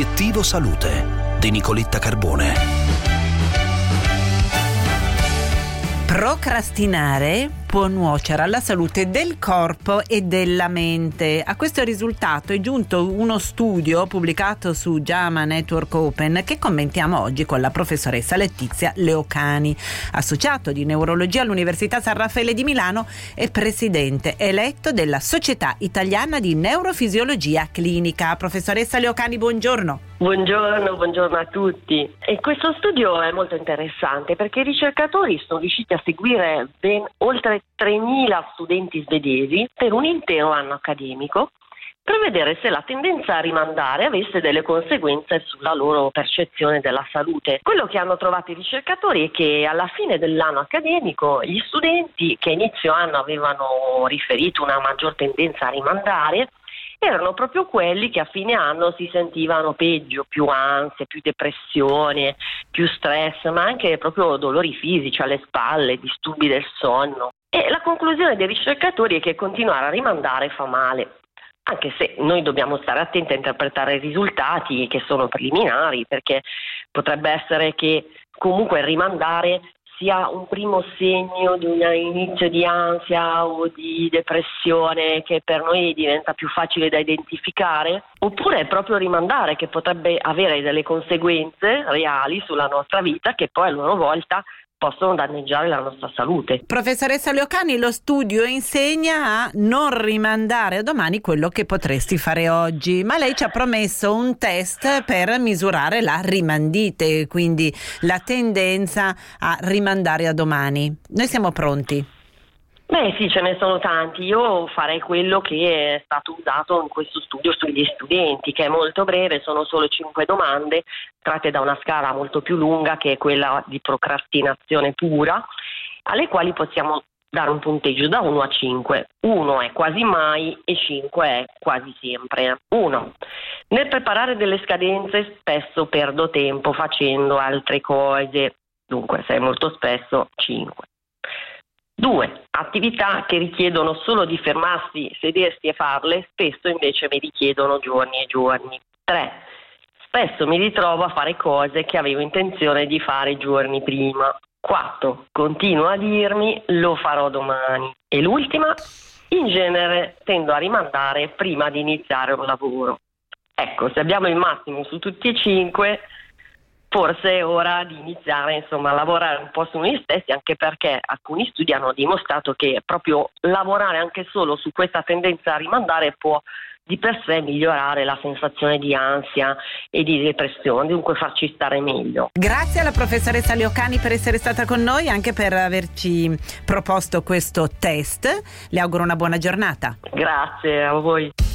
Obiettivo Salute di Nicoletta Carbone. Procrastinare può nuocere alla salute del corpo e della mente. A questo risultato è giunto uno studio pubblicato su JAMA Network Open che commentiamo oggi con la professoressa Letizia Leocani, associato di neurologia all'Università San Raffaele di Milano e presidente eletto della Società Italiana di Neurofisiologia Clinica. Professoressa Leocani, buongiorno. Buongiorno a tutti. E questo studio è molto interessante perché i ricercatori sono riusciti a seguire ben oltre 3.000 studenti svedesi per un intero anno accademico per vedere se la tendenza a rimandare avesse delle conseguenze sulla loro percezione della salute. Quello che hanno trovato i ricercatori è che alla fine dell'anno accademico gli studenti che a inizio anno avevano riferito una maggior tendenza a rimandare erano proprio quelli che a fine anno si sentivano peggio, più ansia, più depressione, più stress, ma anche proprio dolori fisici alle spalle, disturbi del sonno. E la conclusione dei ricercatori è che continuare a rimandare fa male, anche se noi dobbiamo stare attenti a interpretare i risultati che sono preliminari, perché potrebbe essere che comunque rimandare sia un primo segno di un inizio di ansia o di depressione che per noi diventa più facile da identificare, oppure è proprio rimandare che potrebbe avere delle conseguenze reali sulla nostra vita che poi a loro volta possono danneggiare la nostra salute. Professoressa Leocani, lo studio insegna a non rimandare a domani quello che potresti fare oggi, ma lei ci ha promesso un test per misurare la rimandite, quindi la tendenza a rimandare a domani. Noi siamo pronti? Beh sì, ce ne sono tanti. Io farei quello che è stato usato in questo studio sugli studenti, che è molto breve, sono solo 5 domande tratte da una scala molto più lunga che è quella di procrastinazione pura, alle quali possiamo dare un punteggio da 1 a 5. 1 è quasi mai e 5 è quasi sempre. 1. Nel preparare delle scadenze spesso perdo tempo facendo altre cose, dunque se è molto spesso 5. 2. Attività che richiedono solo di fermarsi, sedersi e farle, spesso invece mi richiedono giorni e giorni. 3. Spesso mi ritrovo a fare cose che avevo intenzione di fare giorni prima. 4. Continuo a dirmi lo farò domani. E l'ultima, in genere tendo a rimandare prima di iniziare un lavoro. Ecco, se abbiamo il massimo su tutti e 5, forse è ora di iniziare a lavorare un po' su noi stessi, anche perché alcuni studi hanno dimostrato che proprio lavorare anche solo su questa tendenza a rimandare può di per sé migliorare la sensazione di ansia e di depressione, dunque farci stare meglio. Grazie alla professoressa Leocani per essere stata con noi, anche per averci proposto questo test. Le auguro una buona giornata. Grazie a voi.